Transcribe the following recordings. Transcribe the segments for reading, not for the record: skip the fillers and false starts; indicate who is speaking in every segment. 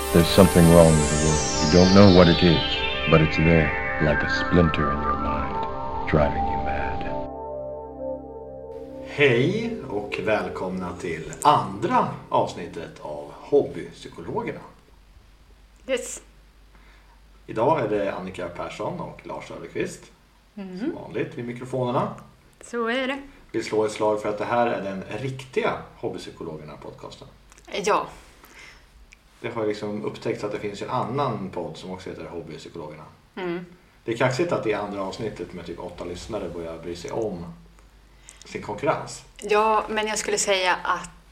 Speaker 1: There's something wrong with the world. You don't know what it is, but it's there, like a splinter in your mind, driving you mad.
Speaker 2: Hej och välkomna till andra avsnittet av Hobbypsykologerna.
Speaker 3: Yes.
Speaker 2: Idag är det Annika Persson och Lars Överqvist som vanligt vid mikrofonerna.
Speaker 3: Så är det.
Speaker 2: Vi slår ett slag för att det här är den riktiga Hobbypsykologerna-podcasten.
Speaker 3: Ja.
Speaker 2: Det har liksom upptäckts att det finns en annan podd som också heter Hobbypsykologerna.
Speaker 3: Mm.
Speaker 2: Det är kaxigt att det andra avsnittet med typ 8 lyssnare börjar bry sig om sin konkurrens.
Speaker 3: Ja, men jag skulle säga att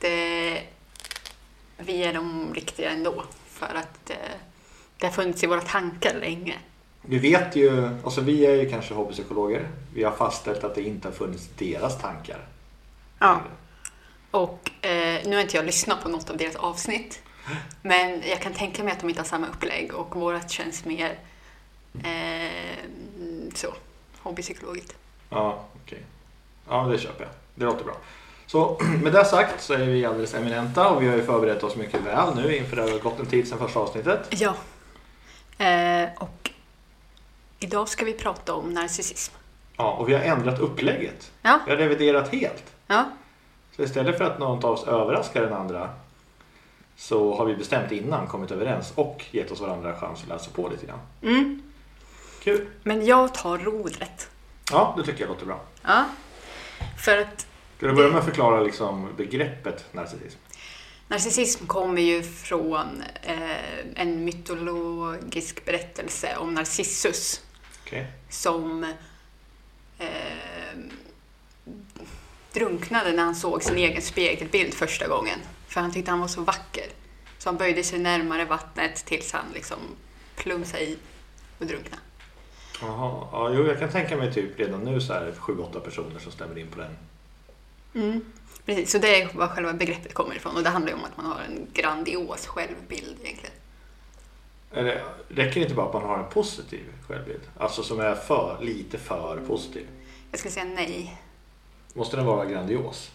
Speaker 3: vi är de riktiga ändå. För att det har funnits i våra tankar länge.
Speaker 2: Vi vet ju, alltså vi är ju kanske hobbypsykologer. Vi har fastställt att det inte har funnits deras tankar.
Speaker 3: Ja. Och nu har inte jag lyssnat på något av deras avsnitt. Men jag kan tänka mig att de inte har samma upplägg. Och vårat känns mer så, hobbypsykologiskt.
Speaker 2: Ja, okej. Ja, det köper jag. Det låter bra. Så med det sagt så är vi alldeles eminenta och vi har ju förberett oss mycket väl nu inför det har gått en tid sedan första avsnittet.
Speaker 3: Ja. Och idag ska vi prata om narcissism.
Speaker 2: Ja, och vi har ändrat upplägget.
Speaker 3: Ja.
Speaker 2: Vi har reviderat helt.
Speaker 3: Ja.
Speaker 2: Så istället för att någon av oss överraskar den andra så har vi bestämt innan, kommit överens och gett oss varandra chans att läsa på lite grann.
Speaker 3: Mm.
Speaker 2: Kul.
Speaker 3: Men jag tar rodret.
Speaker 2: Ja, det tycker jag låter bra.
Speaker 3: Ja. För att
Speaker 2: Ska du börja med att förklara liksom begreppet narcissism?
Speaker 3: narcissism kommer ju från en mytologisk berättelse om Narcissus
Speaker 2: Okej.
Speaker 3: som drunknade när han såg sin egen spegelbild första gången. För han tyckte han var så vacker. Så han böjde sig närmare vattnet tills han liksom plumsade i och drunknade.
Speaker 2: Jaha, ja, jo, jag kan tänka mig typ redan nu så är 7-8 personer som stämmer in på den.
Speaker 3: Mm. Precis, så det är vad själva begreppet kommer ifrån. Och det handlar ju om att man har en grandios självbild egentligen.
Speaker 2: Räcker det inte bara att man har en positiv självbild? Alltså som är lite för positiv?
Speaker 3: Jag skulle säga nej.
Speaker 2: Måste den vara grandios?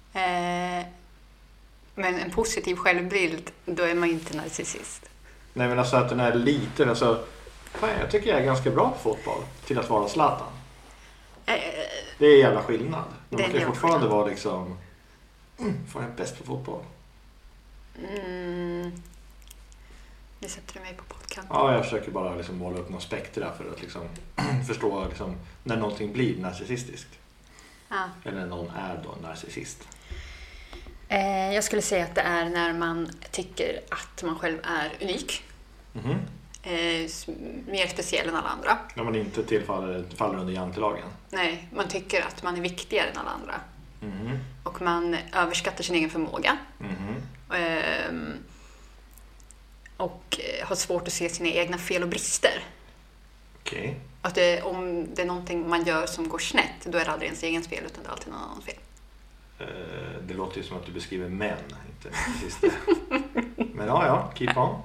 Speaker 3: Men en positiv självbild, då är man inte narcissist.
Speaker 2: Nej, men alltså att den är liten. Alltså, fan, jag tycker jag är ganska bra på fotboll till att vara Zlatan. Det är en jävla skillnad. Men man kan ju fortfarande vara liksom fan, jag är bäst på fotboll.
Speaker 3: Nu sätter du mig på poddkanten.
Speaker 2: Ja, jag försöker bara liksom måla upp någon spektra för att liksom förstå liksom, när någonting blir narcissistiskt.
Speaker 3: Ja.
Speaker 2: Eller när någon är då narcissist.
Speaker 3: Jag skulle säga att det är när man tycker att man själv är unik.
Speaker 2: Mhm.
Speaker 3: Mer speciell än alla andra.
Speaker 2: När man inte faller under jantelagen.
Speaker 3: Nej, man tycker att man är viktigare än alla andra.
Speaker 2: Mhm.
Speaker 3: Och man överskattar sin egen förmåga.
Speaker 2: Mhm.
Speaker 3: Och har svårt att se sina egna fel och brister.
Speaker 2: Okej.
Speaker 3: Att om det är någonting man gör som går snett, då är det aldrig ens egen fel utan det är alltid någon annans fel.
Speaker 2: Det låter ju som att du beskriver män, inte narcissister. Men ja, keep on.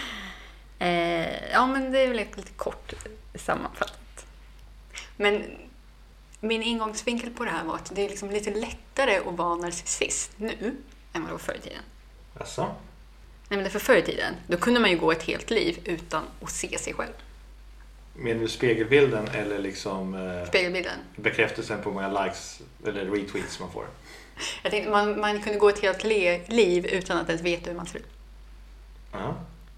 Speaker 3: Ja, men det är väl lite kort sammanfattat. Men min ingångsvinkel på det här var att det är liksom lite lättare att vara narcissist nu än vad det var förr i tiden.
Speaker 2: Jaså?
Speaker 3: Nej, men det för förr i tiden, då kunde man ju gå ett helt liv utan att se sig själv.
Speaker 2: Menar du spegelbilden eller liksom
Speaker 3: Spegelbilden.
Speaker 2: bekräftelsen på hur många likes eller retweets man får?
Speaker 3: Jag tänkte, man kunde gå ett helt liv utan att ens veta hur man ser ut.
Speaker 2: Ja.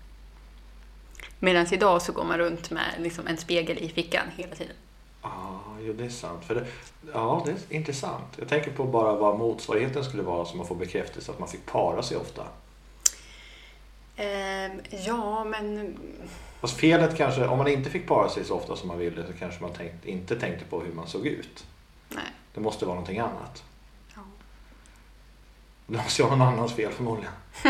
Speaker 3: Medan idag så går man runt med liksom en spegel i fickan hela tiden.
Speaker 2: Jo, det är sant. Det är intressant. Jag tänker på bara vad motsvarigheten skulle vara som man får bekräftelse att man fick para sig ofta.
Speaker 3: Ja, men...
Speaker 2: Fast felet kanske, om man inte fick para sig så ofta som man ville så kanske man inte tänkte på hur man såg ut.
Speaker 3: Nej.
Speaker 2: Det måste vara någonting annat.
Speaker 3: Ja.
Speaker 2: Det måste ju vara någon annans fel förmodligen.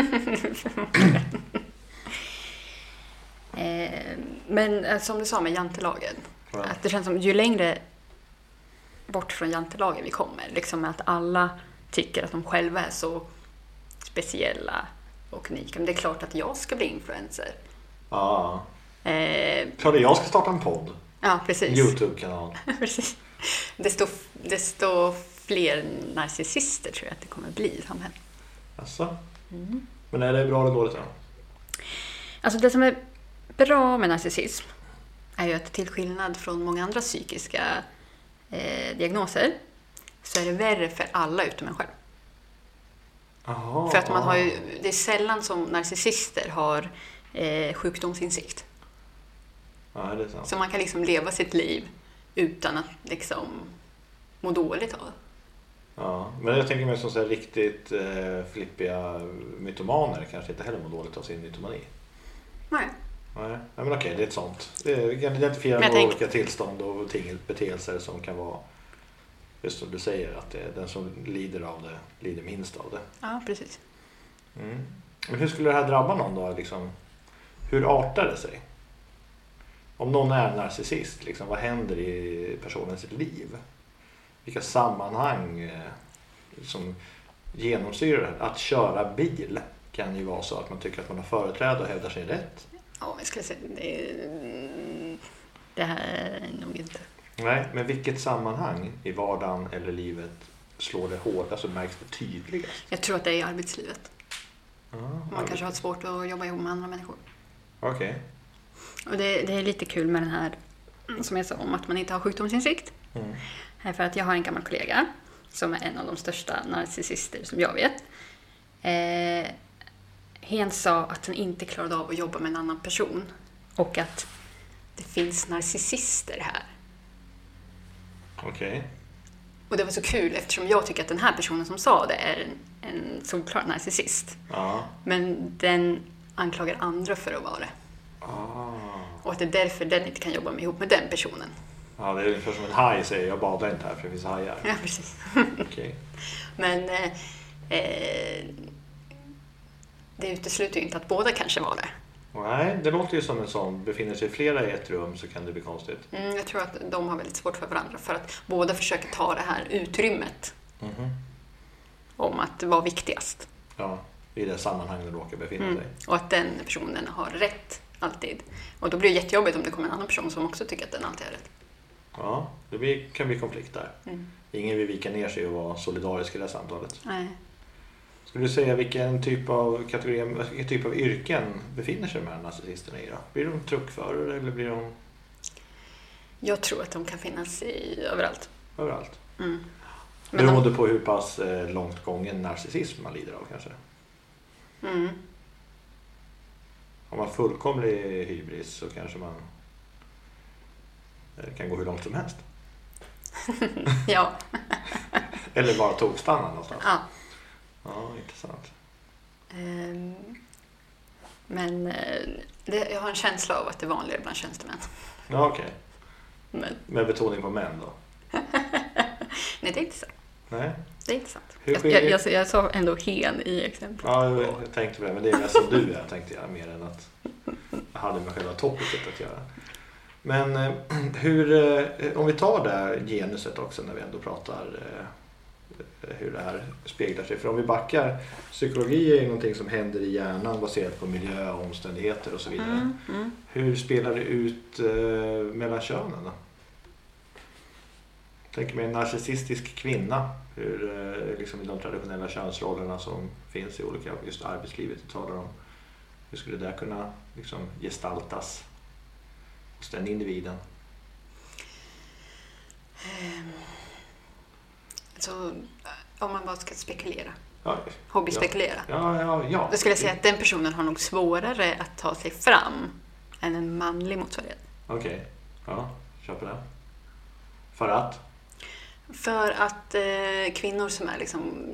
Speaker 3: Men som du sa med jantelagen,
Speaker 2: Ja.
Speaker 3: att det känns som ju längre bort från jantelagen vi kommer, liksom med att alla tycker att de själva är så speciella och unika. Men det är klart att jag ska bli influencer.
Speaker 2: Ja. Klart att jag ska starta en podd.
Speaker 3: Ja, precis.
Speaker 2: YouTube-kanal.
Speaker 3: Precis. Desto fler narcissister tror jag att det kommer bli i samhället.
Speaker 2: Alltså. Men är det bra eller dåligt då?
Speaker 3: Alltså det som är bra med narcissism är ju att till skillnad från många andra psykiska diagnoser så är det värre för alla utom en själv.
Speaker 2: Aha,
Speaker 3: för att man har ju, det är sällan som narcissister har sjukdomsinsikt.
Speaker 2: Ja, det är sant.
Speaker 3: Så man kan liksom leva sitt liv utan att liksom må dåligt av det.
Speaker 2: Ja, men jag tänker mig som så här riktigt flippiga mytomaner kanske inte heller mår dåligt av sin mytomani.
Speaker 3: Nej.
Speaker 2: Nej, men okej, det är ett sånt. Vi kan identifiera olika tillstånd och beteelser som kan vara, just som du säger, att det är den som lider av det, lider minst av det.
Speaker 3: Ja, precis.
Speaker 2: Men hur skulle det här drabba någon då? Liksom, hur artar det sig? Om någon är narcissist, liksom, vad händer i personens liv? Vilka sammanhang som genomsyrar det? Att köra bil kan ju vara så att man tycker att man har företräde och hävdar sin rätt.
Speaker 3: Ja, jag skulle säga det här är nog inte.
Speaker 2: Nej, men vilket sammanhang i vardagen eller livet slår det hårdast och märks det tydligast?
Speaker 3: Jag tror att det är i arbetslivet. Man kanske har svårt att jobba ihop med andra människor.
Speaker 2: Okej.
Speaker 3: Och det är lite kul med den här, som jag sa, om att man inte har sjukdomsinsikt. För att jag har en gammal kollega som är en av de största narcissister som jag vet. Hen sa att hon inte klarade av att jobba med en annan person. Och att det finns narcissister här.
Speaker 2: Okej.
Speaker 3: Och det var så kul eftersom jag tycker att den här personen som sa det är en solklar narcissist.
Speaker 2: Ja.
Speaker 3: Men den anklagar andra för att vara det. Och att det är därför den inte kan jobba ihop med den personen.
Speaker 2: Ja, det är ungefär som en haj säger, jag badar inte här för det finns hajar.
Speaker 3: Ja, precis.
Speaker 2: Okej.
Speaker 3: Men det utesluter ju inte att båda kanske var det.
Speaker 2: Nej, det låter ju som en sån, befinner sig flera i ett rum så kan det bli konstigt.
Speaker 3: Jag tror att de har väldigt svårt för varandra för att båda försöker ta det här utrymmet om att vara viktigast.
Speaker 2: Ja, i det sammanhang de råkar befinna sig.
Speaker 3: Och att den personen har rätt alltid. Och då blir det jättejobbigt om det kommer en annan person som också tycker att den alltid har rätt.
Speaker 2: Ja, det kan bli konflikt där. Ingen vill vika ner sig och vara solidarisk i det här samtalet.
Speaker 3: Nej.
Speaker 2: Skulle du säga vilken typ av yrken befinner sig de här narcissisterna i då? Blir de truckförare eller blir de...
Speaker 3: Jag tror att de kan finnas överallt.
Speaker 2: Överallt?
Speaker 3: Men
Speaker 2: beroende på hur pass långt gången narcissism man lider av kanske? Om man fullkomlig hybris så kanske man kan gå hur långt som helst.
Speaker 3: Ja.
Speaker 2: Eller bara tokstanna någonstans.
Speaker 3: Ja.
Speaker 2: Ja, intressant.
Speaker 3: Men jag har en känsla av att det är vanligare bland tjänstemän.
Speaker 2: Ja, okej.
Speaker 3: Men.
Speaker 2: Med betoning på män då?
Speaker 3: Nej, det är inte sant.
Speaker 2: Nej.
Speaker 3: Det är inte sant. Jag sa ändå hen i exemplet.
Speaker 2: Ja, jag tänkte på det. Men det är mest som du är, tänkte jag. Mer än att jag hade med själva topicet att göra. Men om vi tar det här genuset också när vi ändå pratar hur det här speglar sig. För om vi backar, psykologi är ju någonting som händer i hjärnan baserat på miljö, omständigheter och så vidare. Hur spelar det ut mellan könen då? Tänk mig en narcissistisk kvinna, hur liksom i de traditionella könsrollerna som finns i olika, just arbetslivet vi talar om. Hur skulle det där kunna liksom gestaltas hos den individen?
Speaker 3: Så om man bara ska spekulera.
Speaker 2: Ja,
Speaker 3: hobbyspekulera.
Speaker 2: Ja.
Speaker 3: Då skulle jag säga att den personen har nog svårare att ta sig fram än en manlig motsvarighet.
Speaker 2: Okej. Ja, kör på det. För att
Speaker 3: kvinnor som är liksom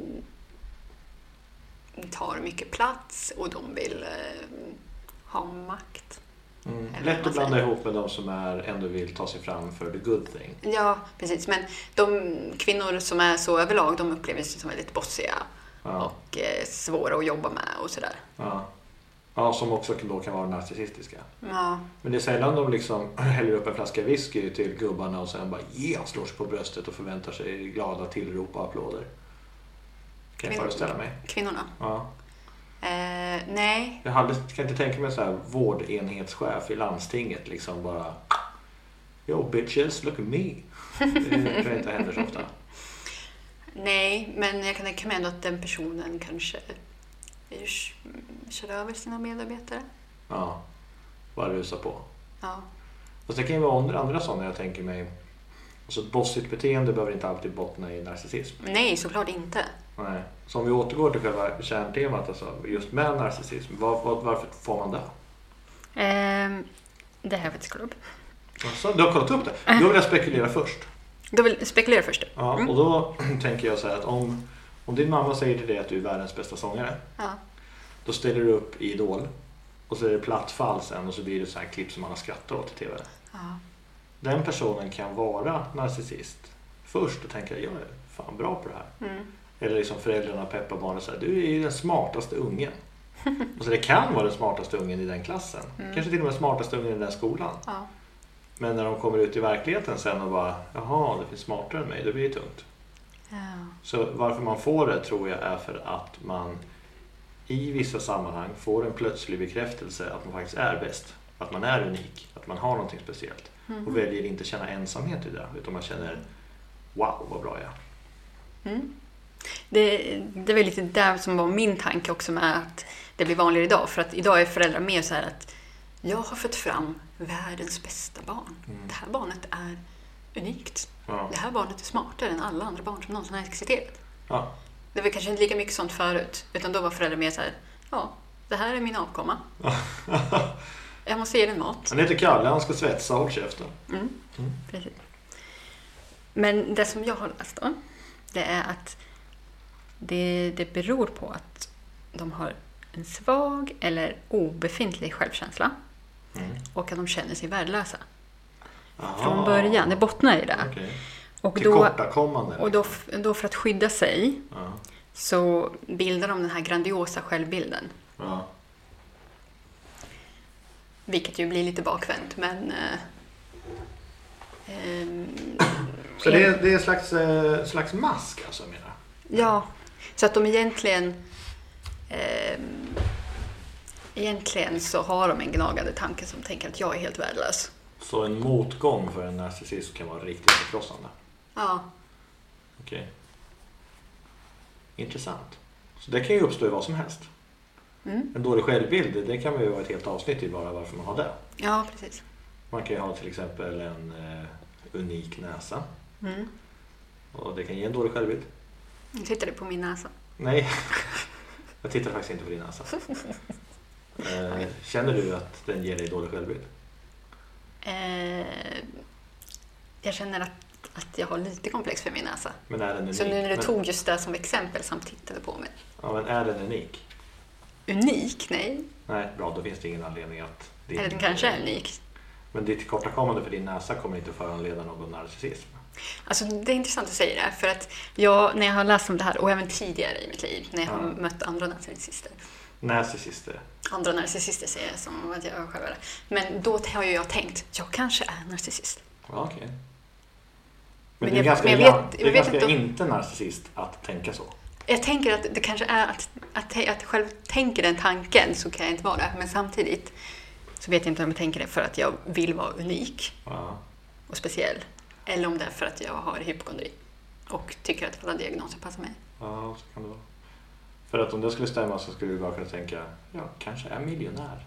Speaker 3: tar mycket plats och de vill ha makt.
Speaker 2: Lätt att blanda ihop med de som ändå vill ta sig fram för the good thing.
Speaker 3: Ja, precis. Men de kvinnor som är så överlag, de upplever sig som väldigt bossiga och svåra att jobba med och sådär.
Speaker 2: Ja, som också då kan vara narcissistiska.
Speaker 3: Ja.
Speaker 2: Men det är sällan de liksom häller upp en flaska whisky till gubbarna och sen bara slår sig på bröstet och förväntar sig glada tillrop och applåder. Kan jag föreställa mig.
Speaker 3: Kvinnorna?
Speaker 2: Ja.
Speaker 3: Nej.
Speaker 2: Jag kan inte tänka mig så här vårdenhetschef i landstinget liksom bara yo bitches, look at me. Det tror jag inte händer så ofta.
Speaker 3: Nej, men jag kan tänka mig ändå att den personen kanske kör över sina medarbetare.
Speaker 2: Ja, bara rusa på.
Speaker 3: Ja.
Speaker 2: Fast det kan ju vara andra sådana jag tänker mig. Alltså ett bossigt beteende behöver inte alltid bottna i narcissism.
Speaker 3: Nej, såklart inte.
Speaker 2: Nej. Så om vi återgår till själva kärntemat, alltså, just med narcissism, varför får man det?
Speaker 3: Det här vet jag.
Speaker 2: Alltså, du har kollat upp det? Då vill jag spekulera först.
Speaker 3: Du vill spekulera först?
Speaker 2: Ja, och då tänker jag så här att om din mamma säger till dig att du är världens bästa sångare, då ställer du upp i Idol och så är det platt fall sen och så blir det så här klipp som man har skrattat åt i tv.
Speaker 3: Ja.
Speaker 2: Den personen kan vara narcissist först och tänka, jag är fan bra på det här. Eller liksom föräldrarna peppar barnet så här, du är ju den smartaste ungen. Och så det kan vara den smartaste ungen i den klassen. Kanske till och med den smartaste ungen i den skolan.
Speaker 3: Ja.
Speaker 2: Men när de kommer ut i verkligheten sen och bara, jaha, det finns smartare än mig, då blir det tungt.
Speaker 3: Ja.
Speaker 2: Så varför man får det tror jag är för att man i vissa sammanhang får en plötslig bekräftelse att man faktiskt är bäst. Att man är unik, att man har någonting speciellt. Och väljer inte känna ensamhet i det, utan man känner, wow, vad bra jag är.
Speaker 3: Det är väl lite där som var min tanke också med att det blir vanligare idag. För att idag är föräldrar mer så här att jag har fått fram världens bästa barn. Det här barnet är unikt.
Speaker 2: Ja.
Speaker 3: Det här barnet är smartare än alla andra barn som någonsin har existerat.
Speaker 2: Ja.
Speaker 3: Det var kanske inte lika mycket sånt förut. Utan då var föräldrar mer så här, ja, det här är min avkomma. Jag måste ge den mat.
Speaker 2: Han heter Kalle, han ska svetsa, håll käften.
Speaker 3: Precis. Men det som jag har läst då, det är att det beror på att de har en svag eller obefintlig självkänsla och att de känner sig värdelösa. Från början, det bottnar i det.
Speaker 2: Okay.
Speaker 3: Och då för att skydda sig så bildar de den här grandiosa självbilden.
Speaker 2: Ja.
Speaker 3: Vilket ju blir lite bakvänt, men
Speaker 2: så det är en slags mask alltså, menar jag.
Speaker 3: Ja, så att de egentligen så har de en gnagande tanke som tänker att jag är helt värdelös.
Speaker 2: Så en motgång för en narcissist kan vara riktigt förkrossande.
Speaker 3: Ja.
Speaker 2: Okej. Intressant. Så det kan ju uppstå i vad som helst. En dålig självbild, det kan ju vara ett helt avsnitt i bara varför man har det.
Speaker 3: Ja, precis.
Speaker 2: Man kan ju ha till exempel en unik näsa. Och det kan ge en dålig självbild.
Speaker 3: Tittar du på min näsa?
Speaker 2: Nej, jag tittar faktiskt inte på din näsa. Känner du att den ger dig dålig självbild?
Speaker 3: Jag känner att jag har lite komplex för min näsa.
Speaker 2: Men är den unik?
Speaker 3: Så nu när du tog just det som exempel som tittade på mig.
Speaker 2: Ja, men är den unik?
Speaker 3: Unik? Nej.
Speaker 2: Nej, bra, då finns det ingen anledning att...
Speaker 3: Eller den kanske är unik.
Speaker 2: Men ditt tillkortakommande för din näsa kommer inte föranleda någon narcissism.
Speaker 3: Alltså det är intressant att säga det, för att när jag har läst om det här och även tidigare i mitt liv när jag har mött andra narcissister. Andra narcissister säger jag som att jag själv är. Men då har ju jag tänkt, jag kanske är narcissist.
Speaker 2: Ja, okej. Men det är ganska inte narcissist att tänka så.
Speaker 3: Jag tänker att det kanske är att jag själv tänker den tanken, så kan jag inte vara det. Men samtidigt så vet jag inte om jag tänker det för att jag vill vara unik och speciell. Eller om det är för att jag har hypokondri och tycker att alla diagnoser passar mig.
Speaker 2: Ja, så kan det vara. För att om det skulle stämma så skulle du bara kunna tänka, jag kanske är miljonär.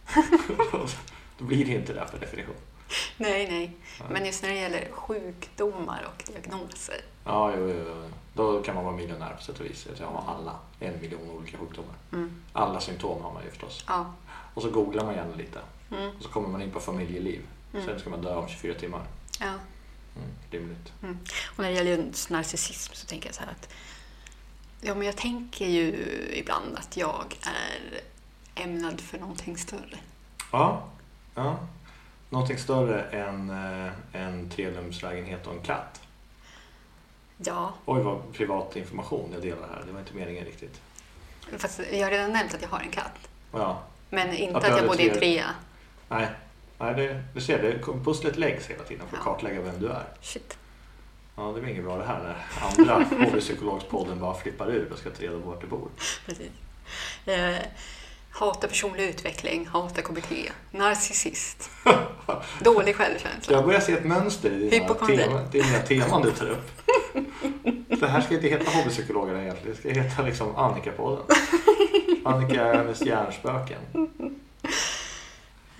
Speaker 2: Då blir det inte det per definition.
Speaker 3: Nej. Men just när det gäller sjukdomar och diagnoser.
Speaker 2: Ja, då kan man vara miljonär på sätt och vis. Jag har alla 1 miljon olika sjukdomar. Alla symptom har man ju förstås.
Speaker 3: Ja.
Speaker 2: Och så googlar man gärna lite. Och så kommer man in på familjeliv. Sen ska man dö om 24 timmar.
Speaker 3: Ja.
Speaker 2: Rimligt.
Speaker 3: Och när det gäller just narcissism så tänker jag så här att men jag tänker ju ibland att jag är ämnad för någonting större.
Speaker 2: Ja. Någonting större än en 3-rumslägenhet och en katt.
Speaker 3: Ja.
Speaker 2: Oj, vad privat information jag delar här. Det var inte meningen riktigt.
Speaker 3: Fast jag har redan nämnt att jag har en katt.
Speaker 2: Ja.
Speaker 3: Men inte att jag bodde i 3.
Speaker 2: Nej, du ser det. Pusslet läggs hela tiden för att kartlägga vem du är.
Speaker 3: Shit.
Speaker 2: Ja, det är inget bra det här när andra hobbypsykologspodden bara flippar ur och ska ta reda på vart du bor.
Speaker 3: Precis. Hatar personlig utveckling, hatar KBT, narcissist, dålig självkänsla.
Speaker 2: Jag börjar se ett mönster i dina teman du tar upp. Det här ska inte heta hobbypsykologerna egentligen. Det ska heta liksom Annika-podden. Annika är hennes hjärnspöken.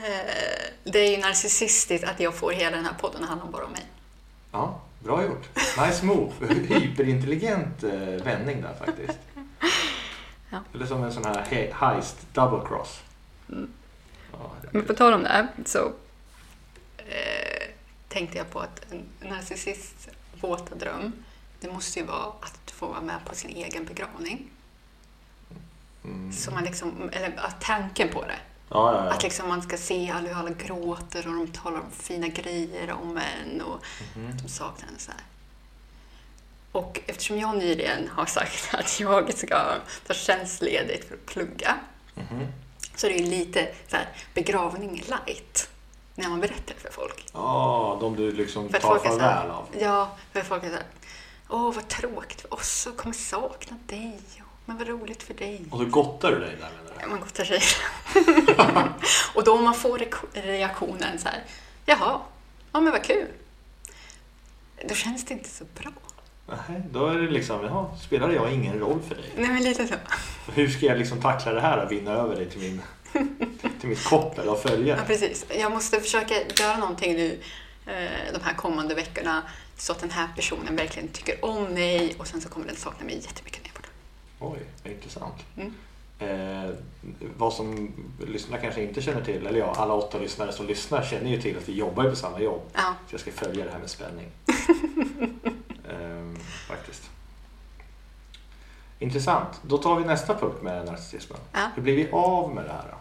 Speaker 3: Det är ju narcissistiskt att jag får hela den här podden att handla bara om mig.
Speaker 2: Ja, bra gjort. Nice move. Hyperintelligent vändning där faktiskt.
Speaker 3: Ja.
Speaker 2: Eller som en sån här heist double cross.
Speaker 3: Mm. Ja, men på tal om det här så tänkte jag på att en narcissists våta dröm, det måste ju vara att få vara med på sin egen begravning. Så man liksom, eller tanken på det.
Speaker 2: Ja.
Speaker 3: Att liksom man ska se hur alla gråter och de talar om fina grejer om en och de saknar en så här. Och eftersom jag nyligen har sagt att jag ska ta tjänstledigt för att plugga så är det ju lite så här begravning light när man berättar för folk.
Speaker 2: Ja, de du liksom tar farväl av.
Speaker 3: Ja, för folk är så här, vad tråkigt för oss, så kommer sakna dig. Men vad roligt för dig.
Speaker 2: Och så gottar du dig där, menar du?
Speaker 3: Man gottar sig. Och då man får reaktionen så här, jaha, ja men vad kul. Då känns det inte så bra.
Speaker 2: Nej, då är det liksom, spelar jag ingen roll för dig?
Speaker 3: Nej, men lite så.
Speaker 2: Hur ska jag liksom tackla det här och vinna över dig till mitt koppel och följa?
Speaker 3: Ja, precis. Jag måste försöka göra någonting nu de här kommande veckorna så att den här personen verkligen tycker om mig och sen så kommer den sakna mig jättemycket ner på det.
Speaker 2: Oj, intressant. Vad som lyssnarna kanske inte känner till, eller alla 8 lyssnare som lyssnar känner ju till att vi jobbar på samma jobb.
Speaker 3: Ja.
Speaker 2: Så jag ska följa det här med spänning. Faktiskt. Intressant. Då tar vi nästa punkt med narcissismen.
Speaker 3: Ja.
Speaker 2: Hur blir vi av med det här då?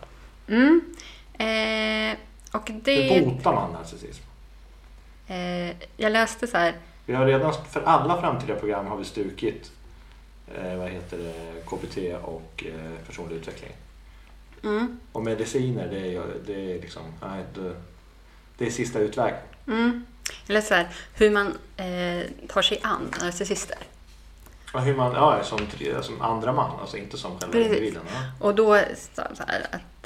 Speaker 3: Och det...
Speaker 2: Hur botar man narcissism?
Speaker 3: Jag läste så här...
Speaker 2: Vi har redan, för alla framtida program har vi strukit KBT och personlig utveckling. Och mediciner, det är liksom, det är sista utväg.
Speaker 3: Eller så här, hur man tar sig an narcissister.
Speaker 2: Och hur man, som andra man, alltså inte som själva individen. Ja.
Speaker 3: Och då så här att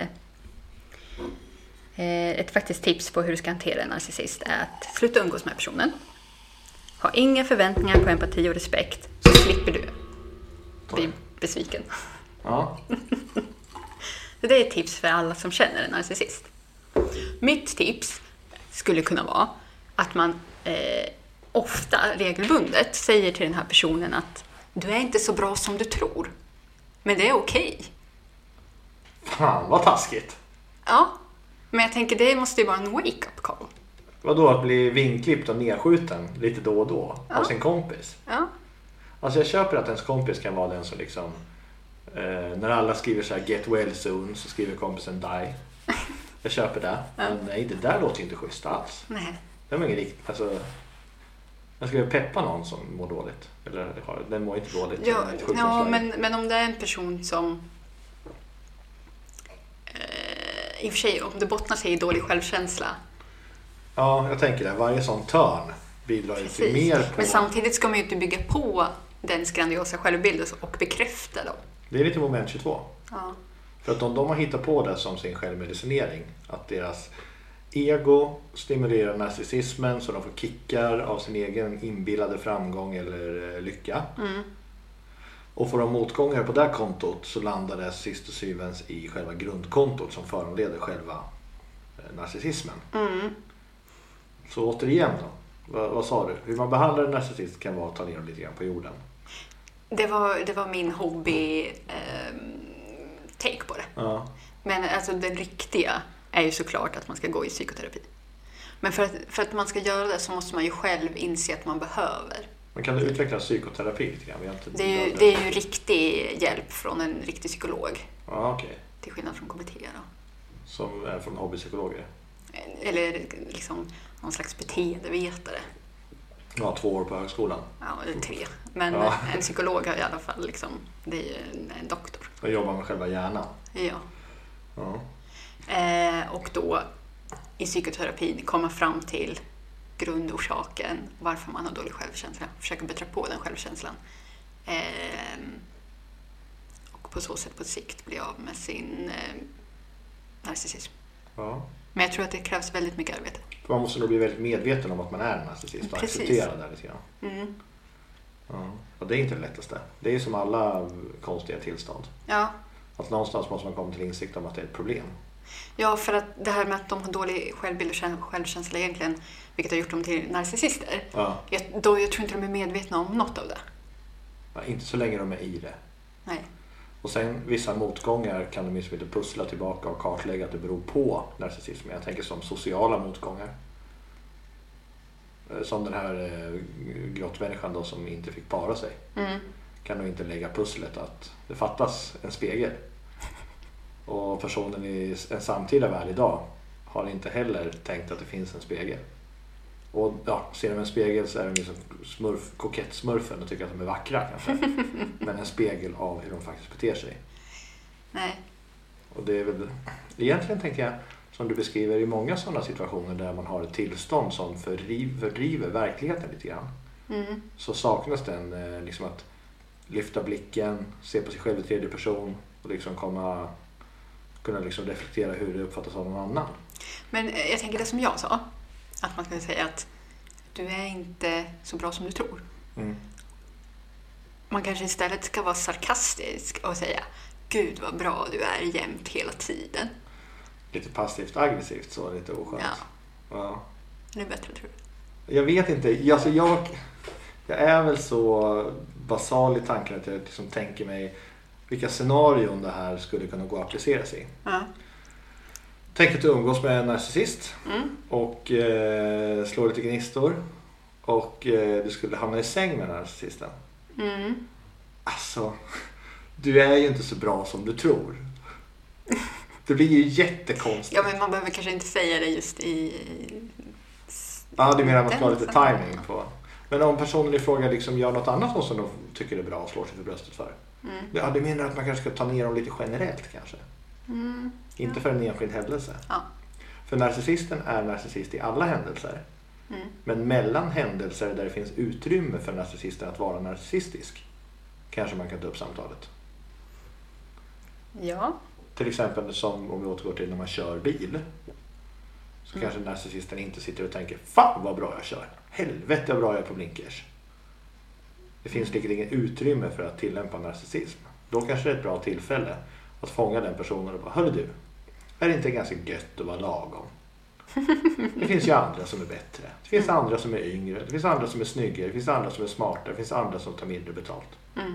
Speaker 3: ett faktiskt tips på hur du ska hantera en narcissist är att sluta umgås med personen. Ha inga förväntningar på empati och respekt, så slipper du bli besviken.
Speaker 2: Ja.
Speaker 3: Så det är ett tips för alla som känner en narcissist. Mitt tips skulle kunna vara att man ofta regelbundet säger till den här personen att du är inte så bra som du tror. Men det är okej.
Speaker 2: Fan, vad taskigt.
Speaker 3: Ja, men jag tänker det måste ju vara en wake-up call.
Speaker 2: Vadå, att bli vinklippt och nedskjuten lite då och då av sin kompis?
Speaker 3: Ja.
Speaker 2: Alltså jag köper att ens kompis kan vara den som liksom när alla skriver så här get well soon så skriver kompisen die. Jag köper det. Men nej, det där låter inte schysst alls.
Speaker 3: Nej.
Speaker 2: Det var ingen riktigt, alltså jag skulle peppa någon som mår dåligt. Eller den mår inte dåligt.
Speaker 3: Ja, men om det är en person som i och för sig, om det bottnar sig i dålig självkänsla.
Speaker 2: Ja, jag tänker det. Varje sån törn bidrar ju till mer på...
Speaker 3: Men samtidigt ska man ju inte bygga på den grandiosa självbild och bekräfta dem.
Speaker 2: Det är lite moment 22.
Speaker 3: Ja.
Speaker 2: För att om de har hittat på det som sin självmedicinering, att deras ego stimulerar narcissismen så de får kickar av sin egen inbillade framgång eller lycka. Och får de motgångar på det här kontot så landar det sist och syvens i själva grundkontot som föranleder själva narcissismen. Så återigen då, vad sa du? Hur man behandlar en narcissist kan vara att ta ner dem lite grann på jorden.
Speaker 3: Det var min hobby take på det.
Speaker 2: Ja.
Speaker 3: Men alltså den riktiga är ju såklart att man ska gå i psykoterapi. Men för att man ska göra det så måste man ju själv inse att man behöver.
Speaker 2: Man kan utveckla psykoterapi lite grann?
Speaker 3: Det är ju riktig hjälp från en riktig psykolog.
Speaker 2: Ja, okej.
Speaker 3: Till skillnad från KBT då.
Speaker 2: Som är från hobbypsykologer?
Speaker 3: Eller liksom någon slags beteendevetare.
Speaker 2: Ja, 2 år på högskolan.
Speaker 3: Ja, eller 3. Men en psykolog har i alla fall liksom, det är ju en doktor.
Speaker 2: Och jobbar med själva hjärnan.
Speaker 3: Ja.
Speaker 2: Ja.
Speaker 3: Och då i psykoterapin komma fram till grundorsaken varför man har dålig självkänsla. Försöka bättra på den självkänslan. Och på så sätt på sikt bli av med sin narcissism.
Speaker 2: Ja.
Speaker 3: Men jag tror att det krävs väldigt mycket arbete.
Speaker 2: För man måste nog bli väldigt medveten om att man är en narcissist och acceptera det lite grann. Ja. Och det är inte det lättaste. Det är som alla konstiga tillstånd.
Speaker 3: Ja.
Speaker 2: Att någonstans måste man komma till insikt om att det är ett problem.
Speaker 3: Ja, för att det här med att de har dålig självbild och självkänsla egentligen, vilket har gjort dem till narcissister. Ja. Jag tror inte de är medvetna om något av det.
Speaker 2: Ja, inte så länge de är i det.
Speaker 3: Nej.
Speaker 2: Och sen vissa motgångar kan de inte pussla tillbaka och kartlägga att det beror på narcissism. Jag tänker som sociala motgångar. Som den här grottmänniskan då som inte fick para sig. Kan nog inte lägga pusslet att det fattas en spegel. Och personen i en samtida värld idag har inte heller tänkt att det finns en spegel. Och ja, ser de en spegel så är de liksom kokettsmurfen och tycker att de är vackra kanske. Men en spegel av hur de faktiskt beter sig.
Speaker 3: Nej.
Speaker 2: Och det är väl, egentligen tänker jag, som du beskriver i många sådana situationer där man har ett tillstånd som fördriver verkligheten lite grann. Så saknas den liksom att lyfta blicken, se på sig själv i tredje person och liksom kunna liksom reflektera hur det uppfattas av någon annan.
Speaker 3: Men jag tänker det som jag sa, att man ska säga att du är inte så bra som du tror. Man kanske istället ska vara sarkastisk och säga Gud vad bra du är jämt hela tiden.
Speaker 2: Lite passivt aggressivt så, lite oskönt.
Speaker 3: Ja. Det är bättre, tror du?
Speaker 2: Jag vet inte. Alltså jag är väl så basal i tanken att jag liksom tänker mig vilka scenarion det här skulle kunna gå att applicera sig.
Speaker 3: Ja.
Speaker 2: Tänk att du umgås med en narcissist och slår lite gnistor och du skulle hamna i säng med narcissisten. Alltså, du är ju inte så bra som du tror. Det blir ju jättekonstigt.
Speaker 3: Ja, men man behöver kanske inte säga det just i...
Speaker 2: Ja, det menar man ska ha lite timing på. Men om personen i fråga liksom gör något annat som de tycker är bra och slår sig för bröstet för. Ja, det menar att man kanske ska ta ner dem lite generellt kanske. Inte för en enskild händelse.
Speaker 3: Ja.
Speaker 2: För narcissisten är narcissist i alla händelser. Men mellan händelser där det finns utrymme för narcissisten att vara narcissistisk kanske man kan ta upp samtalet.
Speaker 3: Ja.
Speaker 2: Till exempel som om vi återgår till när man kör bil. Så kanske narcissisten inte sitter och tänker fan vad bra jag kör. Helvete vad bra jag är på blinkers. Det finns liksom ingen utrymme för att tillämpa narcissism. Då kanske det är ett bra tillfälle att fånga den personen och bara, hörru du, är det inte ganska gött att vara lagom? Det finns ju andra som är bättre. Det finns andra som är yngre. Det finns andra som är snyggare. Det finns andra som är smartare. Det finns andra som tar mindre betalt.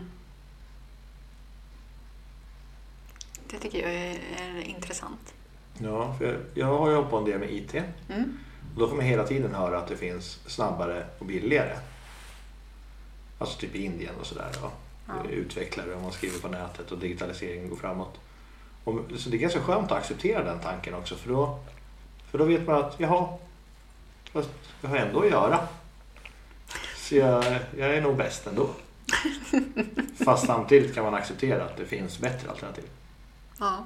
Speaker 3: Det tycker jag är intressant.
Speaker 2: Ja, för jag har ju hållit på en del med IT. Då får man hela tiden höra att det finns snabbare och billigare. Alltså typ i Indien och sådär. Ja. Utvecklare om man skriver på nätet och digitaliseringen går framåt. Så det är ganska skönt att acceptera den tanken också. För då vet man att fast jag har ändå att göra. Så jag är nog bäst ändå. Fast samtidigt kan man acceptera att det finns bättre alternativ.
Speaker 3: Ja.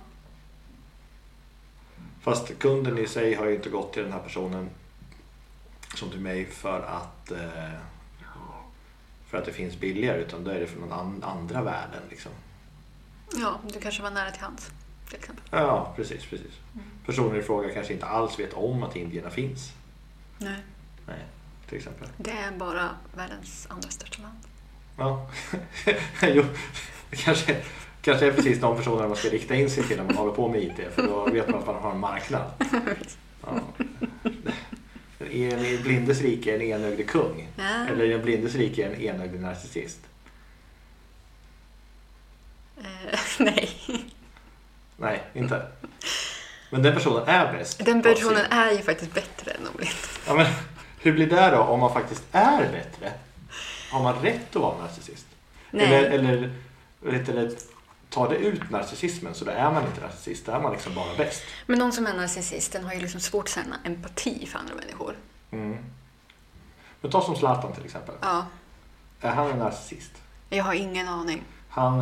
Speaker 2: Fast kunden i sig har ju inte gått till den här personen som till mig för att det finns billigare, utan då är det från någon andra världen liksom.
Speaker 3: Ja, du kanske var nära till hands till exempel.
Speaker 2: Ja, precis. Personer i fråga kanske inte alls vet om att indierna finns.
Speaker 3: Nej,
Speaker 2: till exempel.
Speaker 3: Det är bara världens andra största land.
Speaker 2: Ja, jo, kanske är precis de personer man ska rikta in sig till när man håller på med IT, för då vet man att man har en marknad. Ja. En blindes rike är en enögdig kung. Ja. Eller en blindes rike är en enögdig narcissist.
Speaker 3: Nej.
Speaker 2: Nej, inte. Men den personen är bäst.
Speaker 3: Den personen är ju faktiskt bättre än de blind.
Speaker 2: Ja, men hur blir det då om man faktiskt är bättre? Har man rätt att vara narcissist? Nej. Eller tar det ut narcissismen så då är man inte narcissist, då är man liksom bara bäst.
Speaker 3: Men någon som är narcissist, den har ju liksom svårt att känna empati för andra människor.
Speaker 2: Men ta som Zlatan till exempel.
Speaker 3: Ja.
Speaker 2: Är han en narcissist?
Speaker 3: Jag har ingen aning.
Speaker 2: Han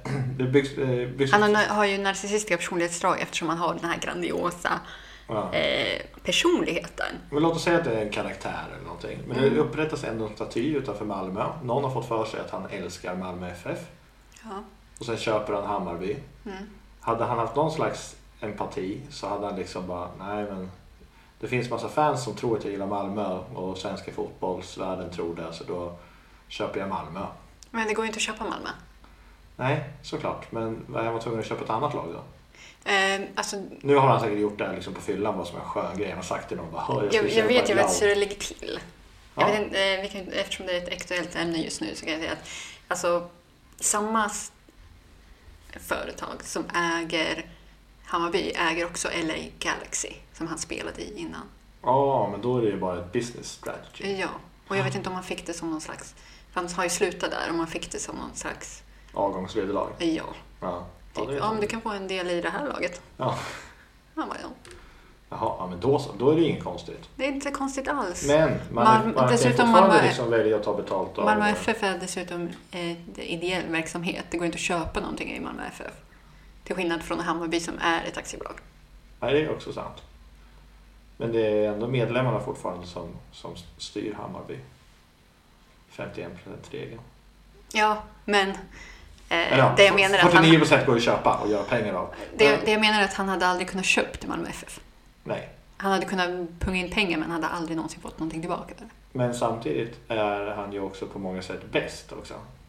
Speaker 3: har ju narcissistiska personlighetsdrag eftersom han har den här grandiosa personligheten.
Speaker 2: Men låt oss säga att det är en karaktär eller någonting. Men det upprättas ändå en staty utanför Malmö. Någon har fått för sig att han älskar Malmö FF.
Speaker 3: Ja.
Speaker 2: Och sen köper han Hammarby. Hade han haft någon slags empati så hade han liksom bara, nej men det finns massa fans som tror att jag gillar Malmö och svenska fotbollsvärlden tror det, så då köper jag Malmö. Men
Speaker 3: det går ju inte att köpa Malmö.
Speaker 2: Nej, såklart. Men är man tvungen att köpa ett annat lag då?
Speaker 3: Alltså,
Speaker 2: nu har han säkert gjort det här liksom på fyllan, vad som är en skön grej. Han har sagt till någon bara,
Speaker 3: jag vet hur det ligger till. Ja. Jag vet inte, eftersom det är ett aktuellt ämne just nu så kan jag säga att alltså, samma företag som äger Hammarby äger också LA Galaxy som han spelade i innan.
Speaker 2: Ja, men då är det ju bara ett business strategy.
Speaker 3: Ja, och jag vet inte om man fick det som någon slags... Han har ju slutat där om man fick det som någon slags...
Speaker 2: avgångsvederlag.
Speaker 3: Ja. Typ, om du kan få en del i det här laget.
Speaker 2: Ja.
Speaker 3: Han bara, ja.
Speaker 2: Jaha, ja, men då är det inget konstigt.
Speaker 3: Det är inte konstigt alls.
Speaker 2: Men man dessutom kan fortfarande liksom välja att ta betalt av...
Speaker 3: Malmö FF är dessutom ideell verksamhet. Det går inte att köpa någonting i Malmö FF. Till skillnad från Hammarby som är ett aktiebolag.
Speaker 2: Nej, det är också sant. Men det är ändå medlemmarna fortfarande som styr Hammarby. 51%-regeln.
Speaker 3: Ja, men... det jag menar
Speaker 2: 49% går att köpa och göra pengar av.
Speaker 3: Det jag menar är att han hade aldrig kunnat köpt i Malmö FF.
Speaker 2: Nej.
Speaker 3: Han hade kunnat punga in pengar men hade aldrig någonsin fått någonting tillbaka. Där.
Speaker 2: Men samtidigt är han ju också på många sätt bäst också.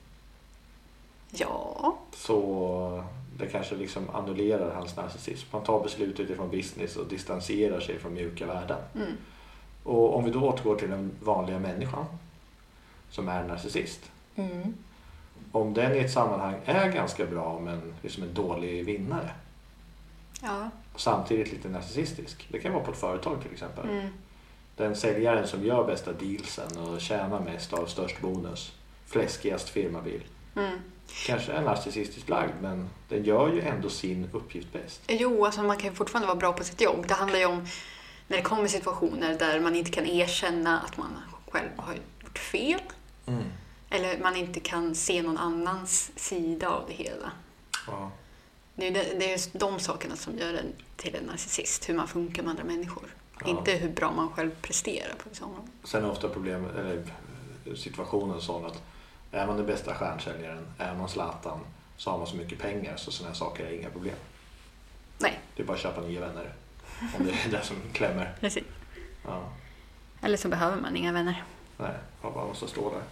Speaker 3: Ja.
Speaker 2: Så det kanske liksom annullerar hans narcissism. Han tar beslut utifrån business och distanserar sig från mjuka värden.
Speaker 3: Mm.
Speaker 2: Och om vi då återgår till den vanliga människan som är narcissist.
Speaker 3: Mm.
Speaker 2: Om den i ett sammanhang är ganska bra men liksom en dålig vinnare.
Speaker 3: Ja.
Speaker 2: Och samtidigt lite narcissistisk. Det kan vara på ett företag till exempel.
Speaker 3: Mm.
Speaker 2: Den säljaren som gör bästa dealsen och tjänar mest av störst bonus. Fläskigast firmabil.
Speaker 3: Mm.
Speaker 2: Kanske är narcissistiskt lagd men den gör ju ändå sin uppgift bäst.
Speaker 3: Jo, alltså man kan ju fortfarande vara bra på sitt jobb. Det handlar ju om när det kommer situationer där man inte kan erkänna att man själv har gjort fel.
Speaker 2: Mm.
Speaker 3: Eller man inte kan se någon annans sida av det hela.
Speaker 2: Ja.
Speaker 3: Det är just de sakerna som gör en till en narcissist. Hur man funkar med andra människor.
Speaker 2: Ja.
Speaker 3: Inte hur bra man själv presterar på vissa områden.
Speaker 2: Sen är ofta situationen sån att är man den bästa stjärnsäljaren, är man Zlatan, så har man så mycket pengar så sådana här saker är inga problem.
Speaker 3: Nej.
Speaker 2: Det är bara att köpa nya vänner. Om det är det som klämmer.
Speaker 3: Precis.
Speaker 2: Ja.
Speaker 3: Eller så behöver man inga vänner.
Speaker 2: Nej, man bara måste stå där.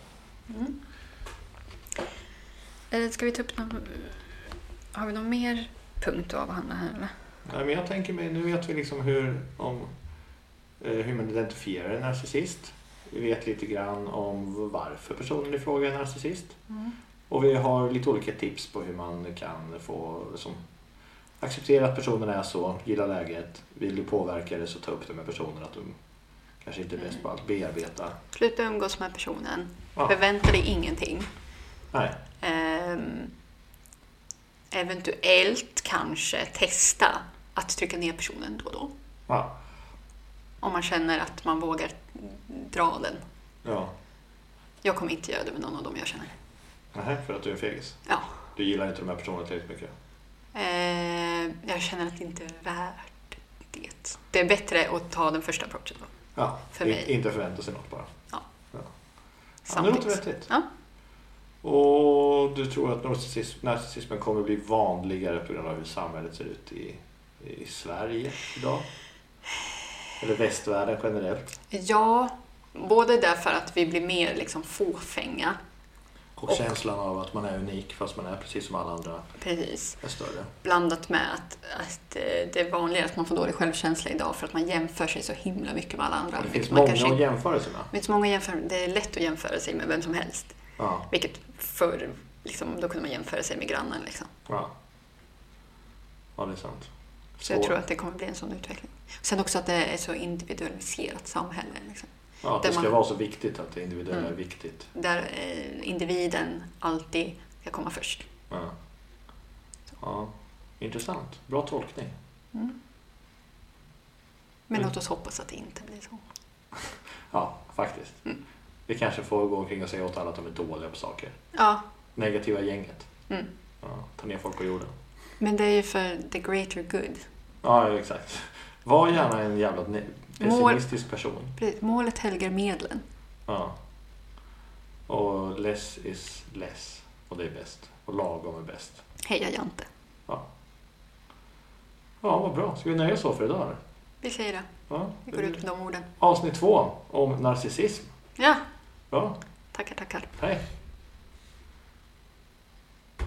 Speaker 3: Ska vi ta upp någon... Har vi någon mer punkt att avhandla här eller?
Speaker 2: Nej, men jag tänker mig, nu vet vi liksom hur man identifierar en narcissist. Vi vet lite grann om varför personen i fråga är narcissist.
Speaker 3: Mm.
Speaker 2: Och vi har lite olika tips på hur man kan få acceptera att personen är så, gilla läget. Vill du påverka det så ta upp det med personen att de kanske inte är bäst på att bearbeta.
Speaker 3: Sluta umgås med personen. Ja. Förvänta dig ingenting.
Speaker 2: Nej.
Speaker 3: Eventuellt kanske testa att trycka ner personen då och då.
Speaker 2: Ja.
Speaker 3: Om man känner att man vågar dra den.
Speaker 2: Ja.
Speaker 3: Jag kommer inte göra det med någon av dem jag känner.
Speaker 2: Nej, för att du är en fegis?
Speaker 3: Ja.
Speaker 2: Du gillar inte de här personerna tillräckligt mycket?
Speaker 3: Jag känner att det inte är värt det. Det är bättre att ta den första approachen då.
Speaker 2: Ja,
Speaker 3: för mig.
Speaker 2: Inte förvänta sig något bara.
Speaker 3: Ja.
Speaker 2: Ja, det låter vettigt.
Speaker 3: Ja.
Speaker 2: Och du tror att narcissismen kommer bli vanligare på grund av hur samhället ser ut i Sverige idag? Eller västvärlden generellt?
Speaker 3: Ja, både därför att vi blir mer liksom fåfänga.
Speaker 2: Och känslan av att man är unik fast man är precis som alla andra.
Speaker 3: Precis.
Speaker 2: Är större.
Speaker 3: Blandat med att det är vanligare att man får dålig självkänsla idag för att man jämför sig så himla mycket med alla andra.
Speaker 2: Det finns många att jämföra sig med.
Speaker 3: Det är lätt att jämföra sig med vem som helst.
Speaker 2: Ja.
Speaker 3: Vilket förr, liksom, då kunde man jämföra sig med grannen. Liksom.
Speaker 2: Ja, det är sant.
Speaker 3: Så jag tror att det kommer bli en sån utveckling. Sen också att det är så individualiserat samhälle. Liksom.
Speaker 2: Ja, att det ska vara så viktigt att det individuella är viktigt.
Speaker 3: Där individen alltid ska komma först.
Speaker 2: Ja, intressant. Bra tolkning.
Speaker 3: Men låt oss hoppas att det inte blir så.
Speaker 2: Ja, faktiskt. Vi kanske får gå omkring och säga åt alla att de är dåliga på saker.
Speaker 3: Ja.
Speaker 2: Negativa gänget. Ja, ta ner folk på jorden.
Speaker 3: Men det är ju för the greater good.
Speaker 2: Ja, exakt. Var gärna en jävla pessimistisk person.
Speaker 3: Precis, målet helgar medlen.
Speaker 2: Ja. Och less is less. Och det är bäst. Och lagom är bäst.
Speaker 3: Heja Jante.
Speaker 2: Ja. Ja, vad bra. Ska vi nöja så för idag?
Speaker 3: Vi säger det.
Speaker 2: Ja,
Speaker 3: vi går ut med de orden.
Speaker 2: Avsnitt 2 om narcissism.
Speaker 3: Ja.
Speaker 2: Bra.
Speaker 3: Tackar.
Speaker 2: Hej.